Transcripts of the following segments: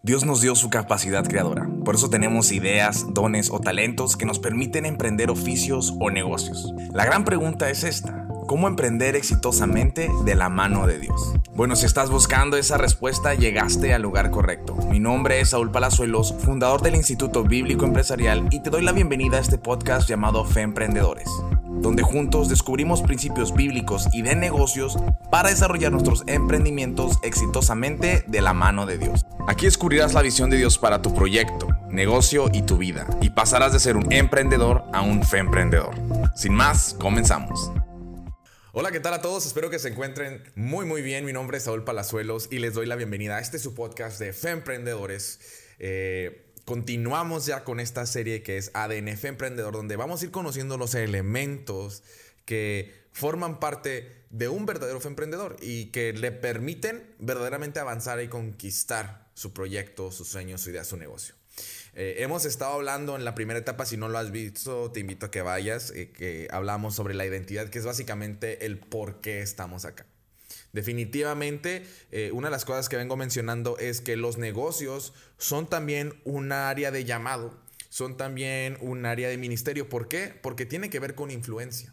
Dios nos dio su capacidad creadora, por eso tenemos ideas, dones o talentos que nos permiten emprender oficios o negocios. La gran pregunta es esta: ¿cómo emprender exitosamente de la mano de Dios? Bueno, si estás buscando esa respuesta, llegaste al lugar correcto. Mi nombre es Saúl Palazuelos, fundador del Instituto Bíblico Empresarial, y te doy la bienvenida a este podcast llamado Fe Emprendedores, donde juntos descubrimos principios bíblicos y de negocios para desarrollar nuestros emprendimientos exitosamente de la mano de Dios. Aquí descubrirás la visión de Dios para tu proyecto, negocio y tu vida, y pasarás de ser un emprendedor a un fe emprendedor. Sin más, comenzamos. Hola, ¿qué tal a todos? Espero que se encuentren muy bien. Mi nombre es Saúl Palazuelos y les doy la bienvenida a este su podcast de Fe Emprendedores. Continuamos ya con esta serie que es ADN Fe Emprendedor, donde vamos a ir conociendo los elementos que forman parte de un verdadero fe emprendedor y que le permiten verdaderamente avanzar y conquistar su proyecto, sus sueños, su idea, su negocio. Hemos estado hablando en la primera etapa, si no lo has visto, te invito a que vayas, que hablamos sobre la identidad, que es básicamente el por qué estamos acá. Definitivamente, una de las cosas que vengo mencionando es que los negocios son también un área de llamado, son también un área de ministerio. ¿Por qué? Porque tiene que ver con influencia.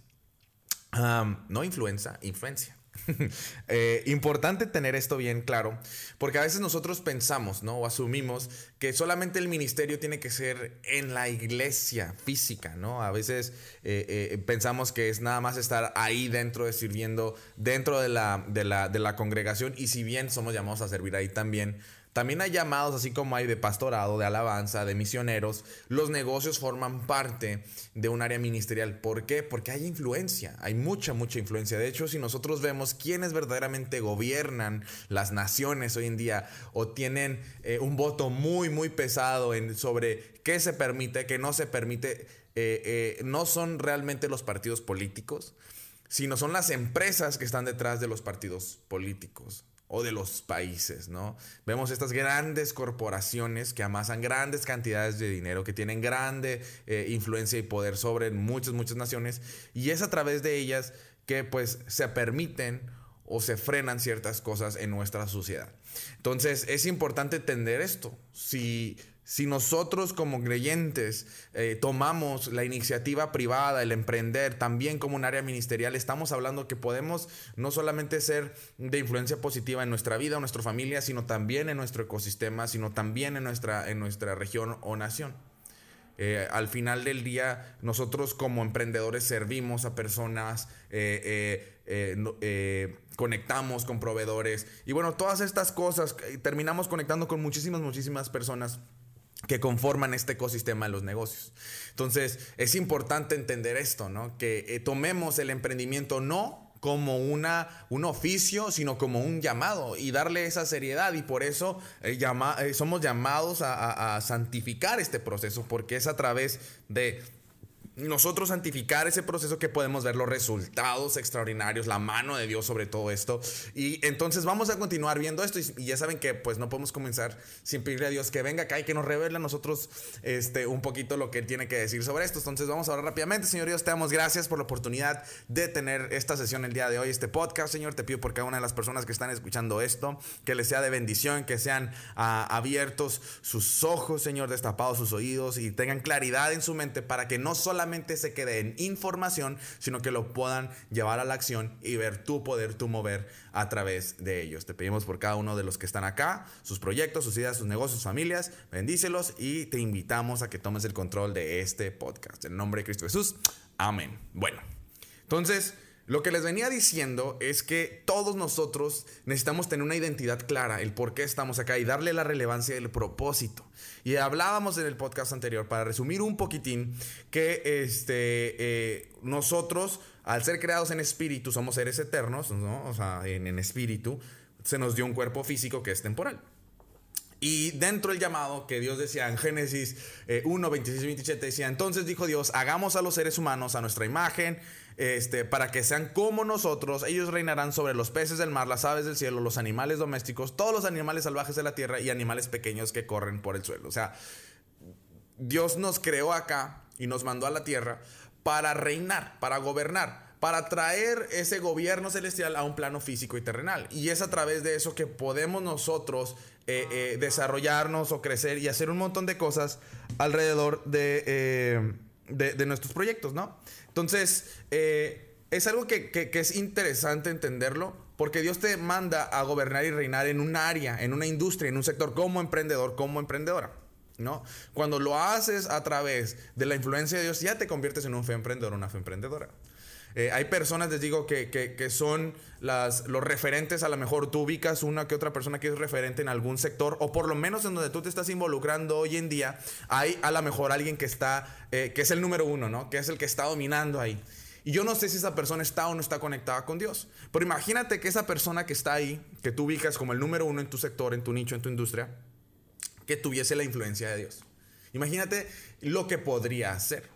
No influencia. Importante tener esto bien claro, porque a veces nosotros pensamos, ¿no? O asumimos que solamente el ministerio tiene que ser en la iglesia física, ¿no? A veces pensamos que es nada más estar ahí dentro, sirviendo dentro de la congregación, y si bien somos llamados a servir ahí también hay llamados, así como hay de pastorado, de alabanza, de misioneros. Los negocios forman parte de un área ministerial. ¿Por qué? Porque hay influencia, hay mucha influencia. De hecho, si nosotros vemos quiénes verdaderamente gobiernan las naciones hoy en día o tienen un voto muy pesado sobre qué se permite, qué no se permite, no son realmente los partidos políticos, sino son las empresas que están detrás de los partidos políticos o de los países, ¿no? Vemos estas grandes corporaciones que amasan grandes cantidades de dinero, que tienen grande influencia y poder sobre muchas naciones, y es a través de ellas que pues se permiten o se frenan ciertas cosas en nuestra sociedad. Entonces es importante entender esto. Si nosotros como creyentes tomamos la iniciativa privada, el emprender también como un área ministerial, estamos hablando que podemos no solamente ser de influencia positiva en nuestra vida o nuestra familia, sino también en nuestro ecosistema, sino también en nuestra región o nación. Al final del día, nosotros como emprendedores servimos a personas, conectamos con proveedores y bueno, todas estas cosas, terminamos conectando con muchísimas personas que conforman este ecosistema de los negocios. Entonces es importante entender esto, ¿no? Que tomemos el emprendimiento no como un oficio, sino como un llamado, y darle esa seriedad. Y por eso somos llamados a santificar este proceso, porque es a través de nosotros santificar ese proceso que podemos ver los resultados extraordinarios, la mano de Dios sobre todo esto. Y entonces vamos a continuar viendo esto, y ya saben que pues no podemos comenzar sin pedirle a Dios que venga acá y que nos revele a nosotros un poquito lo que Él tiene que decir sobre esto. Entonces vamos a orar rápidamente. Señor Dios, te damos gracias por la oportunidad de tener esta sesión el día de hoy, este podcast. Señor, te pido por cada una de las personas que están escuchando esto, que les sea de bendición, que sean abiertos sus ojos, Señor, destapados sus oídos, y tengan claridad en su mente para que no solamente se quede en información, sino que lo puedan llevar a la acción y ver tu poder, tu mover a través de ellos. Te pedimos por cada uno de los que están acá, sus proyectos, sus ideas, sus negocios, sus familias, bendícelos, y te invitamos a que tomes el control de este podcast. En el nombre de Cristo Jesús, amén. Bueno, entonces lo que les venía diciendo es que todos nosotros necesitamos tener una identidad clara, el por qué estamos acá, y darle la relevancia del propósito. Y hablábamos en el podcast anterior, para resumir un poquitín, que nosotros, al ser creados en espíritu, somos seres eternos, ¿no? O sea, en espíritu, se nos dio un cuerpo físico que es temporal. Y dentro del llamado que Dios decía en Génesis 1, 26 y 27, decía: entonces dijo Dios, hagamos a los seres humanos a nuestra imagen, para que sean como nosotros. Ellos reinarán sobre los peces del mar, las aves del cielo, los animales domésticos, todos los animales salvajes de la tierra y animales pequeños que corren por el suelo. O sea, Dios nos creó acá y nos mandó a la tierra para reinar, para gobernar, para traer ese gobierno celestial a un plano físico y terrenal. Y es a través de eso que podemos nosotros desarrollarnos o crecer y hacer un montón de cosas alrededor de nuestros proyectos, ¿no? Entonces, es algo que es interesante entenderlo, porque Dios te manda a gobernar y reinar en un área, en una industria, en un sector, como emprendedor, como emprendedora, ¿no? Cuando lo haces a través de la influencia de Dios, ya te conviertes en un fe emprendedor, una fe emprendedora. Hay personas, les digo, que son los referentes. A lo mejor tú ubicas una que otra persona que es referente en algún sector, o por lo menos en donde tú te estás involucrando hoy en día. Hay a lo mejor alguien que es el número uno, ¿no? Que es el que está dominando ahí. Y yo no sé si esa persona está o no está conectada con Dios. Pero imagínate que esa persona que está ahí, que tú ubicas como el número uno en tu sector, en tu nicho, en tu industria, que tuviese la influencia de Dios. Imagínate lo que podría hacer.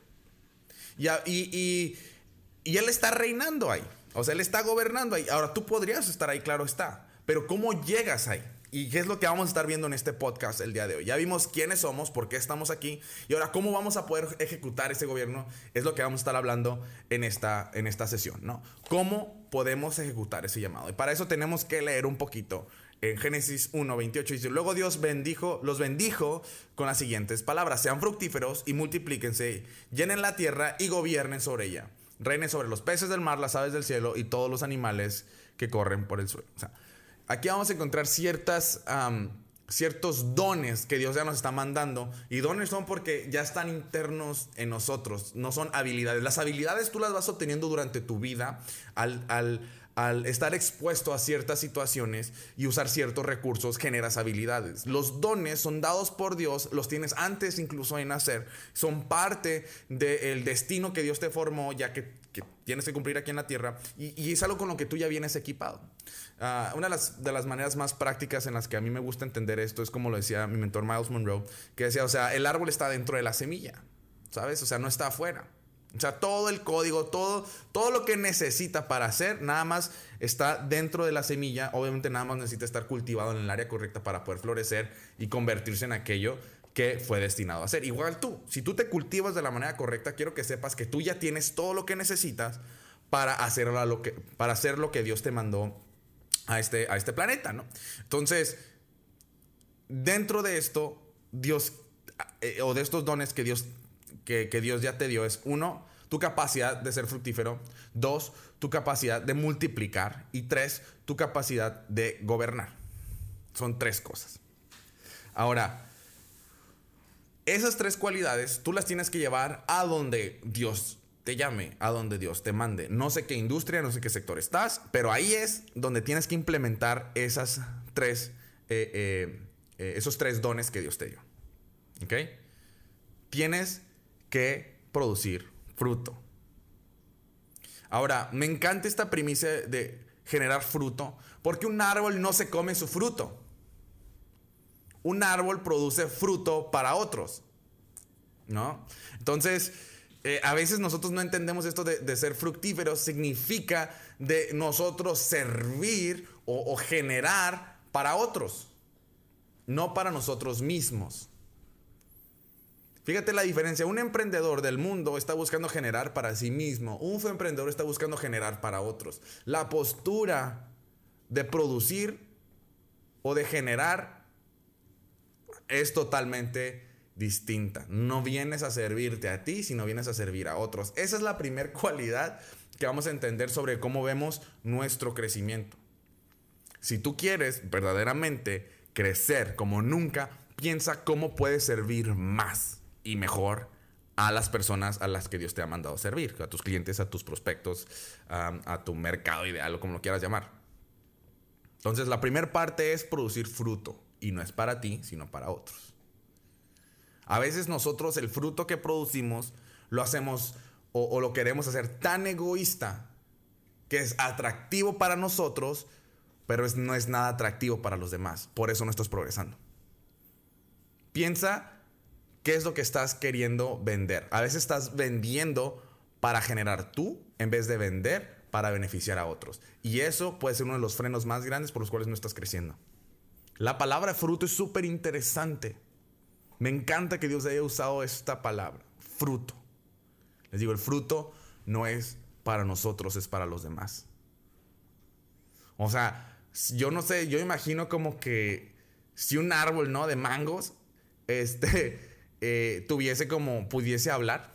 Y Él está reinando ahí. O sea, Él está gobernando ahí. Ahora, tú podrías estar ahí, claro está. Pero ¿cómo llegas ahí? ¿Y qué es lo que vamos a estar viendo en este podcast el día de hoy? Ya vimos quiénes somos, por qué estamos aquí. Y ahora, ¿cómo vamos a poder ejecutar ese gobierno? Es lo que vamos a estar hablando en esta sesión, ¿no? ¿Cómo podemos ejecutar ese llamado? Y para eso tenemos que leer un poquito. En Génesis 1:28 dice: luego Dios los bendijo con las siguientes palabras: sean fructíferos y multiplíquense, llenen la tierra y gobiernen sobre ella. Reinen sobre los peces del mar, las aves del cielo y todos los animales que corren por el suelo. O sea, aquí vamos a encontrar ciertos dones que Dios ya nos está mandando. Y dones son porque ya están internos en nosotros, no son habilidades. Las habilidades tú las vas obteniendo durante tu vida al estar expuesto a ciertas situaciones y usar ciertos recursos. Generas habilidades. Los dones son dados por Dios, los tienes antes incluso de nacer. Son parte del destino que Dios te formó, ya que tienes que cumplir aquí en la tierra. Y es algo con lo que tú ya vienes equipado. Una de las maneras más prácticas en las que a mí me gusta entender esto es como lo decía mi mentor Miles Monroe, que decía, o sea, el árbol está dentro de la semilla, ¿sabes? O sea, no está afuera. O sea, todo el código, todo lo que necesita para hacer, nada más está dentro de la semilla. Obviamente nada más necesita estar cultivado en el área correcta para poder florecer y convertirse en aquello que fue destinado a ser. Igual tú, si tú te cultivas de la manera correcta, quiero que sepas que tú ya tienes todo lo que necesitas para hacer lo que Dios te mandó a este planeta, ¿no? Entonces, dentro de esto, Dios, o de estos dones que Dios ya te dio, es: 1, tu capacidad de ser fructífero; 2, tu capacidad de multiplicar; y 3, tu capacidad de gobernar. Son 3 cosas. Ahora, esas 3 cualidades tú las tienes que llevar a donde Dios te llame, a donde Dios te mande. No sé qué industria, no sé qué sector estás, pero ahí es donde tienes que implementar esos 3 dones que Dios te dio. ¿Ok? Tienes que producir fruto. Ahora, me encanta esta primicia de generar fruto, porque un árbol no se come su fruto. Un árbol produce fruto para otros, ¿no? Entonces, a veces nosotros no entendemos esto de ser fructíferos. Significa de nosotros servir o generar para otros, no para nosotros mismos. Fíjate la diferencia. Un emprendedor del mundo está buscando generar para sí mismo. Un emprendedor está buscando generar para otros. La postura de producir o de generar es totalmente distinta. No vienes a servirte a ti, sino vienes a servir a otros. Esa es la primera cualidad que vamos a entender sobre cómo vemos nuestro crecimiento. Si tú quieres verdaderamente crecer como nunca, piensa cómo puedes servir más y mejor a las personas a las que Dios te ha mandado servir, a tus clientes, a tus prospectos, a tu mercado ideal, o como lo quieras llamar. Entonces, la primera parte es producir fruto, y no es para ti, sino para otros. A veces nosotros el fruto que producimos lo hacemos o lo queremos hacer tan egoísta que es atractivo para nosotros, pero no es nada atractivo para los demás. Por eso no estás progresando. Piensa qué es lo que estás queriendo vender. A veces estás vendiendo para generar tú en vez de vender para beneficiar a otros. Y eso puede ser uno de los frenos más grandes por los cuales no estás creciendo. La palabra fruto es súper interesante. Me encanta que Dios haya usado esta palabra, fruto. Les digo, el fruto no es para nosotros es para los demás. O sea, yo no sé, yo imagino como que si un árbol, ¿no? De mangos, pudiese hablar,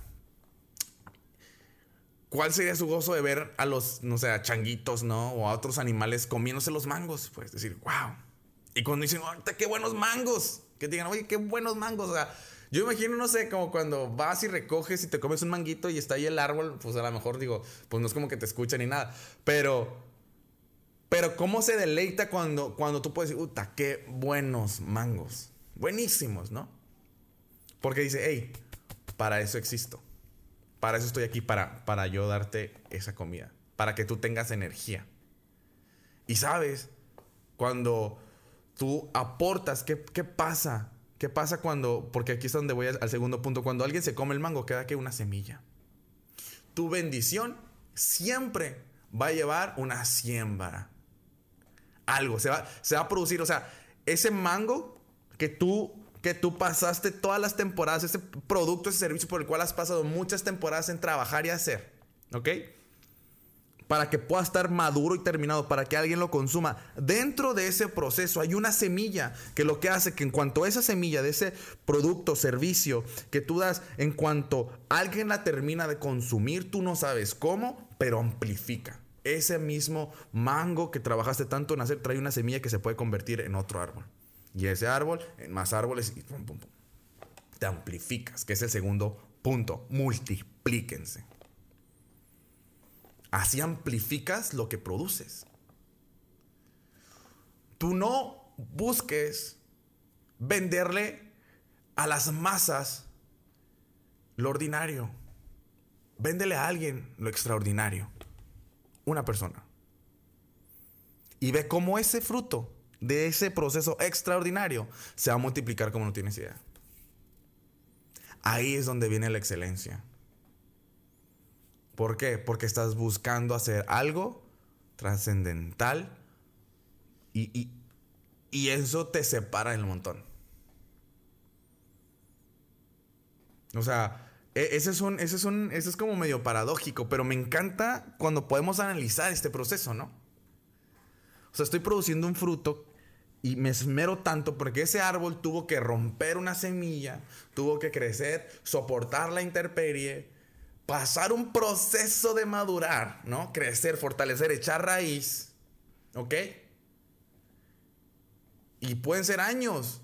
¿cuál sería su gozo de ver a los, no sé, a changuitos, ¿no? O a otros animales comiéndose los mangos? Pues decir, wow. Y cuando dicen, ahorita qué buenos mangos, que digan, oye, qué buenos mangos. O sea, yo imagino, no sé, como cuando vas y recoges y te comes un manguito y está ahí el árbol, pues a lo mejor digo, pues no es como que te escucha ni nada. Pero cómo se deleita cuando tú puedes decir, uta, qué buenos mangos. Buenísimos, ¿no? Porque dice, hey, para eso existo. Para eso estoy aquí, para yo darte esa comida. Para que tú tengas energía. Y sabes, cuando tú aportas, ¿qué pasa? ¿Qué pasa cuando, porque aquí es donde voy al segundo punto, cuando alguien se come el mango, queda que una semilla? Tu bendición siempre va a llevar una siembra. Algo, se va a producir, o sea, ese mango que tú pasaste todas las temporadas, ese producto, ese servicio por el cual has pasado muchas temporadas en trabajar y hacer, ¿ok? Para que pueda estar maduro y terminado, para que alguien lo consuma. Dentro de ese proceso hay una semilla que lo que hace que en cuanto a esa semilla de ese producto, servicio que tú das, en cuanto alguien la termina de consumir, tú no sabes cómo, pero amplifica. Ese mismo mango que trabajaste tanto en hacer trae una semilla que se puede convertir en otro árbol. Y ese árbol en más árboles y pum, pum, pum. Te amplificas, que es el segundo punto. Multiplíquense. Así amplificas lo que produces. Tú no busques venderle a las masas lo ordinario. Véndele a alguien lo extraordinario. Una persona. Y ve cómo ese fruto de ese proceso extraordinario se va a multiplicar como no tienes idea. Ahí es donde viene la excelencia. ¿Por qué? Porque estás buscando hacer algo trascendental y eso te separa del montón. O sea, ese es como medio paradójico, pero me encanta cuando podemos analizar este proceso, ¿no? O sea, estoy produciendo un fruto y me esmero tanto porque ese árbol tuvo que romper una semilla, tuvo que crecer, soportar la intemperie, pasar un proceso de madurar, ¿no? Crecer, fortalecer, echar raíz, ¿ok? Y pueden ser años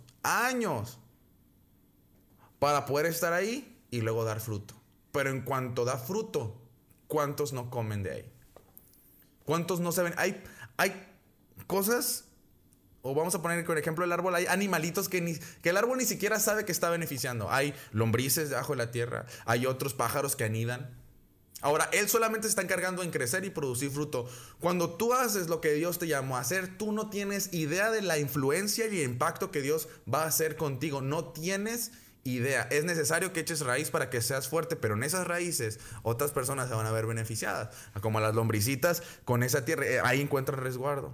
para poder estar ahí y luego dar fruto. Pero en cuanto da fruto, ¿cuántos no comen de ahí? ¿Cuántos no se ven? Hay cosas, o vamos a poner con ejemplo el árbol, hay animalitos que el árbol ni siquiera sabe que está beneficiando. Hay lombrices debajo de la tierra, hay otros pájaros que anidan. Ahora, él solamente se está encargando en crecer y producir fruto. Cuando tú haces lo que Dios te llamó a hacer, tú no tienes idea de la influencia y el impacto que Dios va a hacer contigo. No tienes idea. Es necesario que eches raíz para que seas fuerte, pero en esas raíces otras personas se van a ver beneficiadas. Como las lombricitas con esa tierra, ahí encuentran resguardo.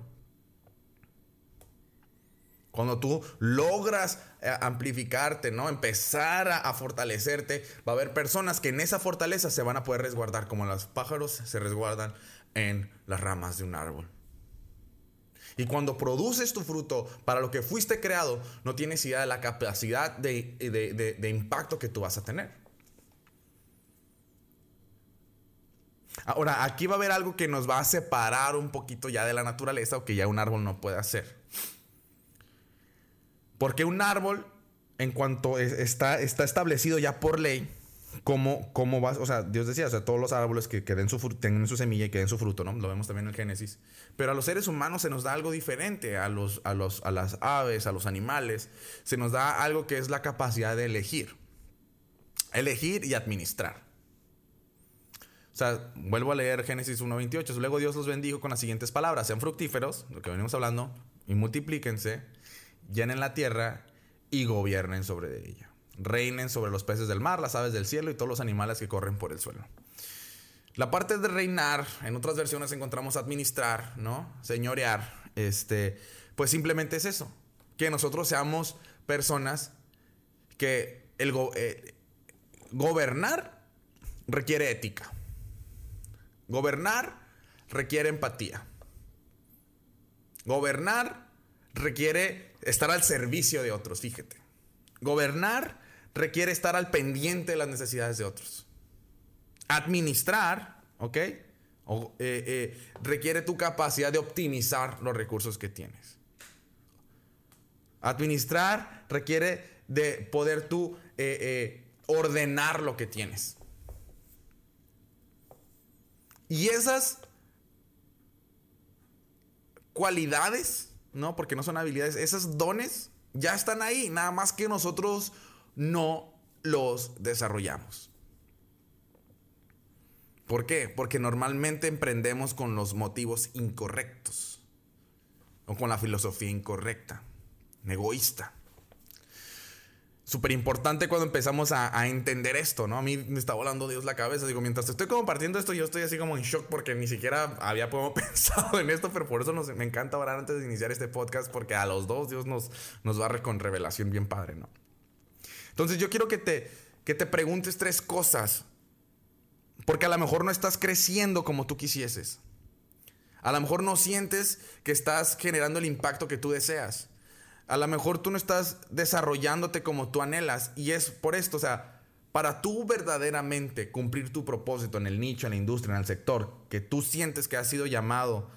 Cuando tú logras amplificarte, ¿no? Empezar a fortalecerte, va a haber personas que en esa fortaleza se van a poder resguardar, como los pájaros se resguardan en las ramas de un árbol. Y cuando produces tu fruto para lo que fuiste creado, no tienes idea de la capacidad de impacto que tú vas a tener. Ahora, aquí va a haber algo que nos va a separar un poquito ya de la naturaleza, o que ya un árbol no puede hacer. Porque un árbol, en cuanto está establecido ya por ley, cómo va, o sea, Dios decía, o sea, todos los árboles que tengan su semilla y que den su fruto, ¿no? Lo vemos también en el Génesis. Pero a los seres humanos se nos da algo diferente, a las aves, a los animales, se nos da algo que es la capacidad de elegir y administrar. O sea, vuelvo a leer Génesis 1:28. Luego Dios los bendijo con las siguientes palabras: sean fructíferos, lo que venimos hablando, y multiplíquense, llenen la tierra y gobiernen sobre ella. Reinen sobre los peces del mar, las aves del cielo y todos los animales que corren por el suelo. La parte de reinar, en otras versiones encontramos administrar, ¿no? Señorear. Pues simplemente es eso. Que nosotros seamos personas que gobernar requiere ética. Gobernar requiere empatía. Gobernar requiere estar al servicio de otros, fíjate. Gobernar requiere estar al pendiente de las necesidades de otros. Administrar, ¿ok? Requiere tu capacidad de optimizar los recursos que tienes. Administrar requiere de poder tú ordenar lo que tienes. Y esas cualidades, ¿no? Porque no son habilidades, esos dones ya están ahí, nada más que nosotros no los desarrollamos. ¿Por qué? Porque normalmente emprendemos con los motivos incorrectos o con la filosofía incorrecta, egoísta. Súper importante cuando empezamos a entender esto, ¿no? A mí me está volando Dios la cabeza. Digo, mientras te estoy compartiendo esto, yo estoy así como en shock porque ni siquiera había pensado en esto, pero por eso me encanta orar antes de iniciar este podcast, porque a los dos Dios nos barre con revelación bien padre, ¿no? Entonces yo quiero que te preguntes 3 cosas, porque a lo mejor no estás creciendo como tú quisieses. A lo mejor no sientes que estás generando el impacto que tú deseas. A lo mejor tú no estás desarrollándote como tú anhelas. Y es por esto, o sea, para tú verdaderamente cumplir tu propósito en el nicho, en la industria, en el sector que tú sientes que has sido llamado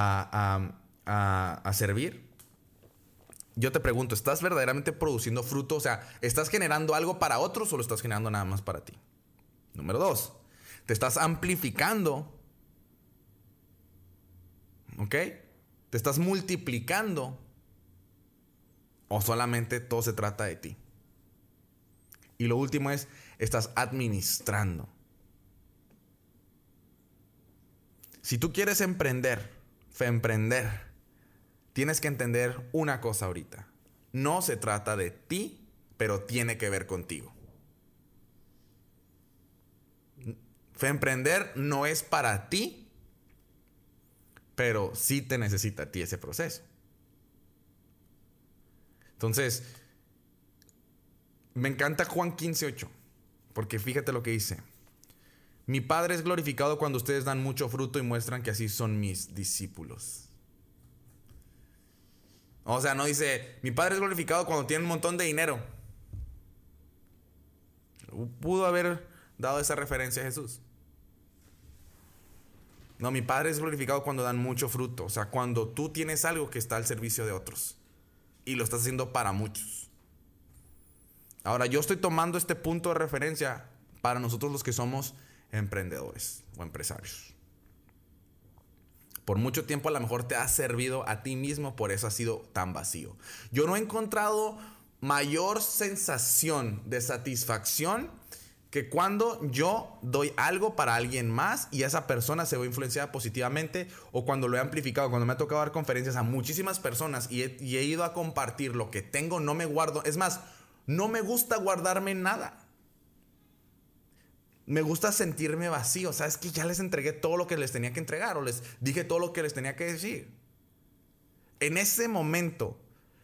a servir, yo te pregunto, ¿estás verdaderamente produciendo fruto? O sea, ¿estás generando algo para otros o lo estás generando nada más para ti? Número 2, ¿te estás amplificando? ¿Ok? ¿Te estás multiplicando? ¿O solamente todo se trata de ti? Y lo último es, ¿estás administrando? Si tú quieres emprender, tienes que entender una cosa ahorita. No se trata de ti, pero tiene que ver contigo. Emprender no es para ti, pero sí te necesita a ti ese proceso. Entonces, me encanta Juan 15:8, porque fíjate lo que dice. Mi Padre es glorificado cuando ustedes dan mucho fruto y muestran que así son mis discípulos. O sea, no dice, mi Padre es glorificado cuando tienen un montón de dinero. Pudo haber dado esa referencia a Jesús. No, mi Padre es glorificado cuando dan mucho fruto. O sea, cuando tú tienes algo que está al servicio de otros. Y lo estás haciendo para muchos. Ahora, yo estoy tomando este punto de referencia para nosotros los que somos emprendedores o empresarios. Por mucho tiempo a lo mejor te has servido a ti mismo, por eso has sido tan vacío. Yo no he encontrado mayor sensación de satisfacción que cuando yo doy algo para alguien más y esa persona se ve influenciada positivamente, o cuando lo he amplificado, cuando me ha tocado dar conferencias a muchísimas personas y he ido a compartir lo que tengo, no me guardo. Es más, no me gusta guardarme nada. Me gusta sentirme vacío. ¿Sabes? Que ya les entregué todo lo que les tenía que entregar o les dije todo lo que les tenía que decir. En ese momento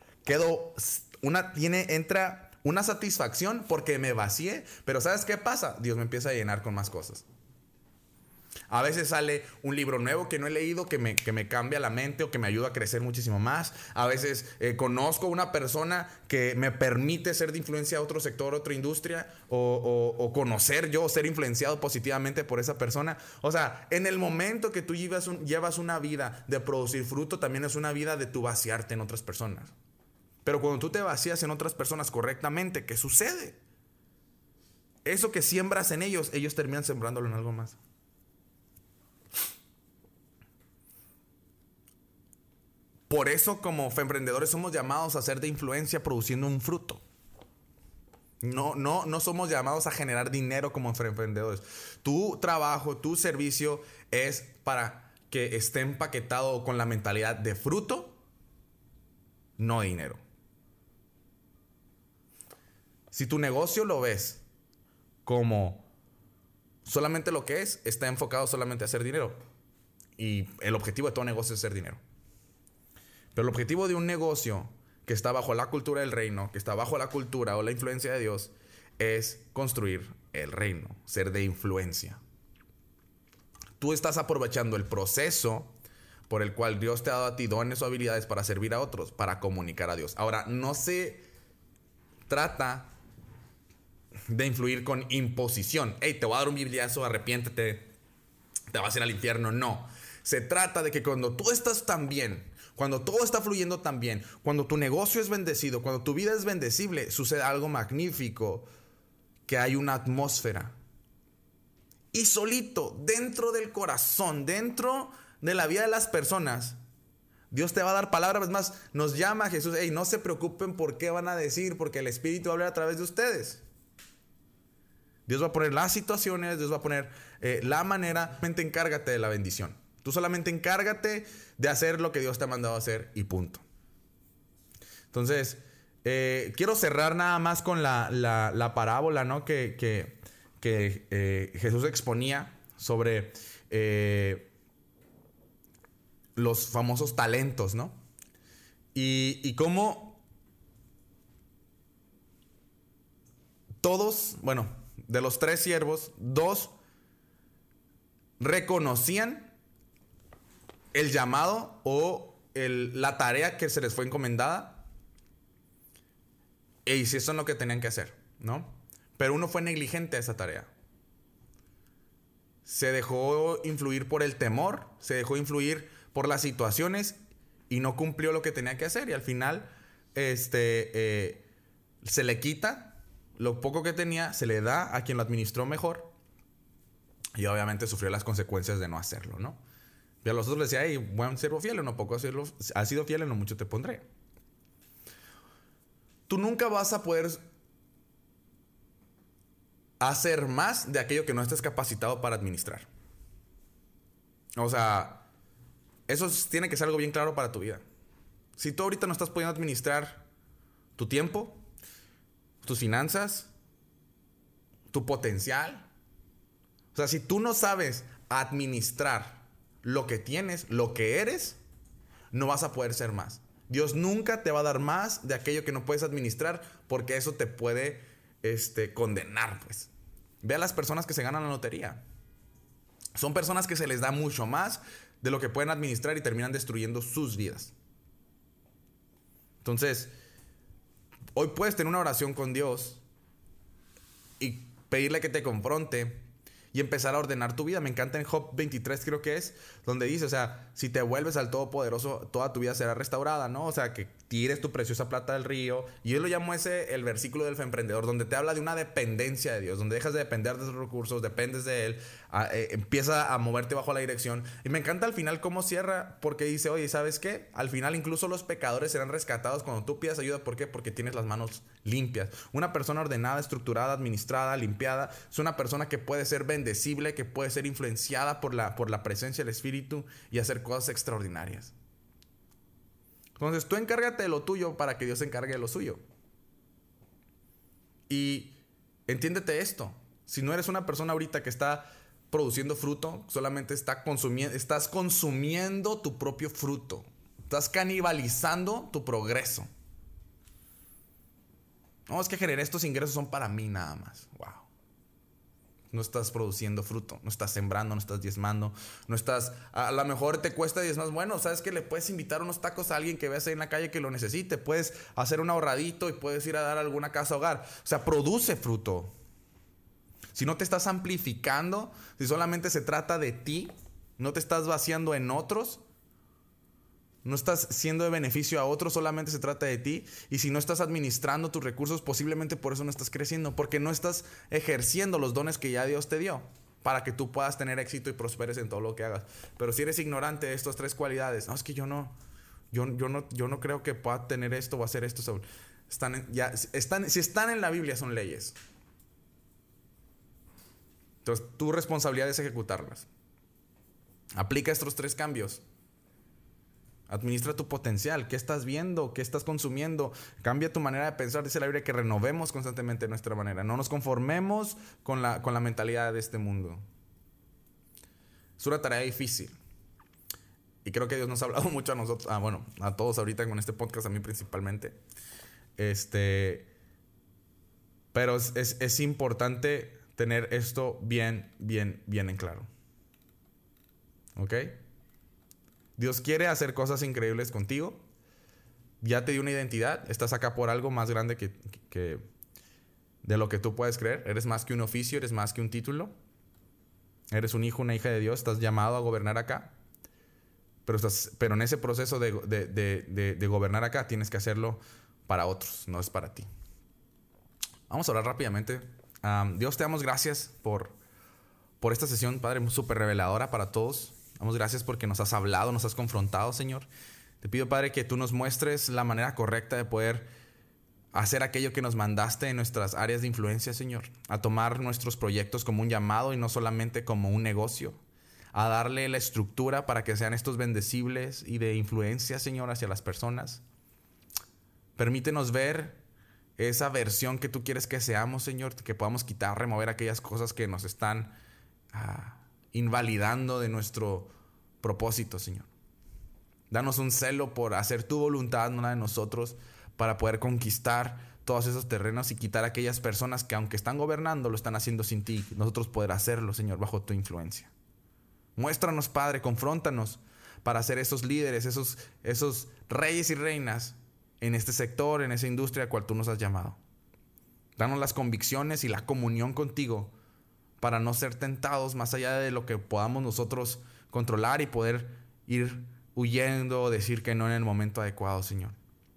entra una satisfacción porque me vacié. Pero ¿sabes qué pasa? Dios me empieza a llenar con más cosas. A veces sale un libro nuevo que no he leído que me cambia la mente o que me ayuda a crecer muchísimo más. A veces conozco una persona que me permite ser de influencia a otro sector, otra industria, o conocer yo, ser influenciado positivamente por esa persona. O sea, en el momento que tú llevas una vida de producir fruto, también es una vida de tu vaciarte en otras personas. Pero cuando tú te vacías en otras personas correctamente, ¿qué sucede? Eso que siembras en ellos terminan sembrándolo en algo más. Por eso, como emprendedores, somos llamados a ser de influencia produciendo un fruto. No somos llamados a generar dinero como emprendedores. Tu trabajo, tu servicio es para que esté empaquetado con la mentalidad de fruto, no de dinero. Si tu negocio lo ves como solamente lo que está enfocado solamente a hacer dinero. Y el objetivo de todo negocio es hacer dinero. Pero el objetivo de un negocio que está bajo la cultura del reino, que está bajo la cultura o la influencia de Dios, es construir el reino, ser de influencia. Tú estás aprovechando el proceso por el cual Dios te ha dado a ti dones o habilidades para servir a otros, para comunicar a Dios. Ahora, no se trata de influir con imposición. Hey, te voy a dar un bibliazo, arrepiéntete, te vas a ir al infierno. No. Se trata de que cuando tú estás tan bien, cuando todo está fluyendo tan bien, cuando tu negocio es bendecido, cuando tu vida es bendecible, sucede algo magnífico, que hay una atmósfera. Y solito, dentro del corazón, dentro de la vida de las personas, Dios te va a dar palabras. Es más, nos llama Jesús. Hey, no se preocupen por qué van a decir, porque el Espíritu habla a través de ustedes. Dios va a poner las situaciones, Dios va a poner la manera. Solamente encárgate de la bendición. Tú solamente encárgate de hacer lo que Dios te ha mandado a hacer y punto. Entonces, quiero cerrar nada más con la parábola, ¿no? que Jesús exponía sobre los famosos talentos, ¿no? Y cómo todos, bueno, de los 3 siervos, 2 reconocían el llamado o la tarea que se les fue encomendada e hicieron lo que tenían que hacer, ¿no? Pero uno fue negligente a esa tarea. Se dejó influir por el temor, se dejó influir por las situaciones y no cumplió lo que tenía que hacer. Y al final se le quita lo poco que tenía, se le da a quien lo administró mejor y obviamente sufrió las consecuencias de no hacerlo, ¿no? Y a los otros les decía, hey, buen siervo fiel, en lo poco has sido fiel, en lo mucho te pondré. Tú nunca vas a poder hacer más de aquello que no estés capacitado para administrar. O sea, eso tiene que ser algo bien claro para tu vida. Si tú ahorita no estás pudiendo administrar tu tiempo, tus finanzas, tu potencial, o sea, si tú no sabes administrar lo que tienes, lo que eres, no vas a poder ser más. Dios nunca te va a dar más de aquello que no puedes administrar, porque eso te puede condenar, pues. Ve a las personas que se ganan la lotería. Son personas que se les da mucho más de lo que pueden administrar y terminan destruyendo sus vidas. Entonces, hoy puedes tener una oración con Dios y pedirle que te confronte y empezar a ordenar tu vida. Me encanta en Job 23, creo que es, donde dice, o sea, si te vuelves al Todopoderoso, toda tu vida será restaurada, ¿no? O sea, que tires tu preciosa plata del río. Y yo lo llamo el versículo del emprendedor, donde te habla de una dependencia de Dios, donde dejas de depender de tus recursos, dependes de Él, empieza a moverte bajo la dirección. Y me encanta al final cómo cierra, porque dice, oye, ¿sabes qué? Al final incluso los pecadores serán rescatados cuando tú pidas ayuda. ¿Por qué? Porque tienes las manos limpias. Una persona ordenada, estructurada, administrada, limpiada, es una persona que puede ser bendecible, que puede ser influenciada por la presencia del Espíritu y hacer cosas extraordinarias. Entonces tú encárgate de lo tuyo para que Dios se encargue de lo suyo. Y entiéndete esto: si no eres una persona ahorita que está produciendo fruto, solamente estás consumiendo tu propio fruto. Estás canibalizando tu progreso. No, es que generé estos ingresos son para mí nada más. Wow. No estás produciendo fruto, no estás sembrando, no estás diezmando, no estás... A lo mejor te cuesta diezmar. Bueno, ¿sabes qué? Le puedes invitar unos tacos a alguien que veas ahí en la calle que lo necesite. Puedes hacer un ahorradito y puedes ir a dar a alguna casa hogar. O sea, produce fruto. Si no te estás amplificando, si solamente se trata de ti, no te estás vaciando en otros, no estás siendo de beneficio a otros, solamente se trata de ti. Y si no estás administrando tus recursos, posiblemente por eso no estás creciendo, porque no estás ejerciendo los dones que ya Dios te dio para que tú puedas tener éxito y prosperes en todo lo que hagas. Pero si eres ignorante de estas 3 cualidades, no, es que yo no creo que pueda tener esto o hacer esto. Si están en la Biblia, son leyes. Entonces, tu responsabilidad es ejecutarlas. Aplica estos 3 cambios. Administra tu potencial. ¿Qué estás viendo? ¿Qué estás consumiendo? Cambia tu manera de pensar. Dice la Biblia que renovemos constantemente nuestra manera. No nos conformemos con la mentalidad de este mundo. Es una tarea difícil. Y creo que Dios nos ha hablado mucho a nosotros. A todos ahorita con este podcast, a mí principalmente. Pero es importante tener esto bien en claro. ¿Ok? Dios quiere hacer cosas increíbles contigo. Ya te dio una identidad. Estás acá por algo más grande que de lo que tú puedes creer. Eres más que un oficio, eres más que un título. Eres un hijo, una hija de Dios. Estás llamado a gobernar acá. Pero en ese proceso de gobernar acá tienes que hacerlo para otros, no es para ti. Vamos a orar rápidamente. Dios, te damos gracias por esta sesión, Padre, súper reveladora para todos. Damos gracias porque nos has hablado, nos has confrontado, Señor. Te pido, Padre, que tú nos muestres la manera correcta de poder hacer aquello que nos mandaste en nuestras áreas de influencia, Señor. A tomar nuestros proyectos como un llamado y no solamente como un negocio. A darle la estructura para que sean estos bendecibles y de influencia, Señor, hacia las personas. Permítenos ver esa versión que tú quieres que seamos, Señor, que podamos quitar, remover aquellas cosas que nos están invalidando de nuestro propósito, Señor. Danos un celo por hacer tu voluntad, no la de nosotros, para poder conquistar todos esos terrenos y quitar a aquellas personas que, aunque están gobernando, lo están haciendo sin ti. Nosotros poder hacerlo, Señor, bajo tu influencia. Muéstranos, Padre, confróntanos para ser esos líderes, esos reyes y reinas en este sector, en esa industria a cual tú nos has llamado. Danos las convicciones y la comunión contigo para no ser tentados más allá de lo que podamos nosotros controlar y poder ir huyendo o decir que no en el momento adecuado, Señor.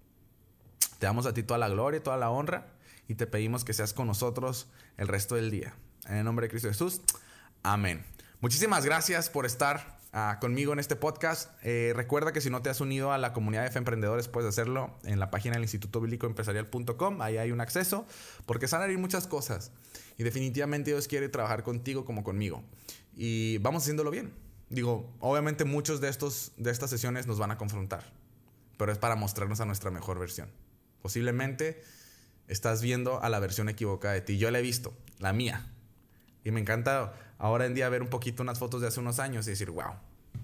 Te damos a ti toda la gloria y toda la honra y te pedimos que seas con nosotros el resto del día. En el nombre de Cristo Jesús. Amén. Muchísimas gracias por estar conmigo en este podcast. Recuerda que si no te has unido a la comunidad de Fe Emprendedores, puedes hacerlo en la página del Instituto Bíblico Empresarial.com. Ahí hay un acceso porque se van a abrir muchas cosas. Y definitivamente Dios quiere trabajar contigo como conmigo. Y vamos haciéndolo bien. Digo, obviamente muchos de estas sesiones nos van a confrontar. Pero es para mostrarnos a nuestra mejor versión. Posiblemente estás viendo a la versión equivocada de ti. Yo la he visto, la mía. Y me encanta ahora en día ver un poquito unas fotos de hace unos años y decir, wow,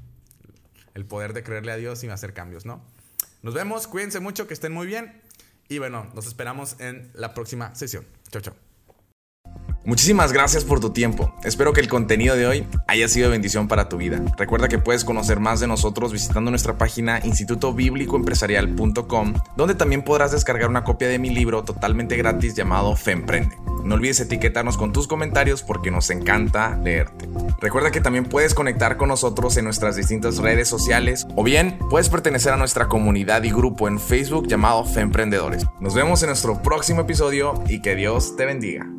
el poder de creerle a Dios y hacer cambios, ¿no? Nos vemos, cuídense mucho, que estén muy bien. Y bueno, nos esperamos en la próxima sesión. Chao, chao. Muchísimas gracias por tu tiempo. Espero que el contenido de hoy haya sido de bendición para tu vida. Recuerda que puedes conocer más de nosotros visitando nuestra página institutobiblicoempresarial.com, donde también podrás descargar una copia de mi libro totalmente gratis llamado Fe Emprende. No olvides etiquetarnos con tus comentarios porque nos encanta leerte. Recuerda que también puedes conectar con nosotros en nuestras distintas redes sociales o bien puedes pertenecer a nuestra comunidad y grupo en Facebook llamado Fe Emprendedores. Nos vemos en nuestro próximo episodio y que Dios te bendiga.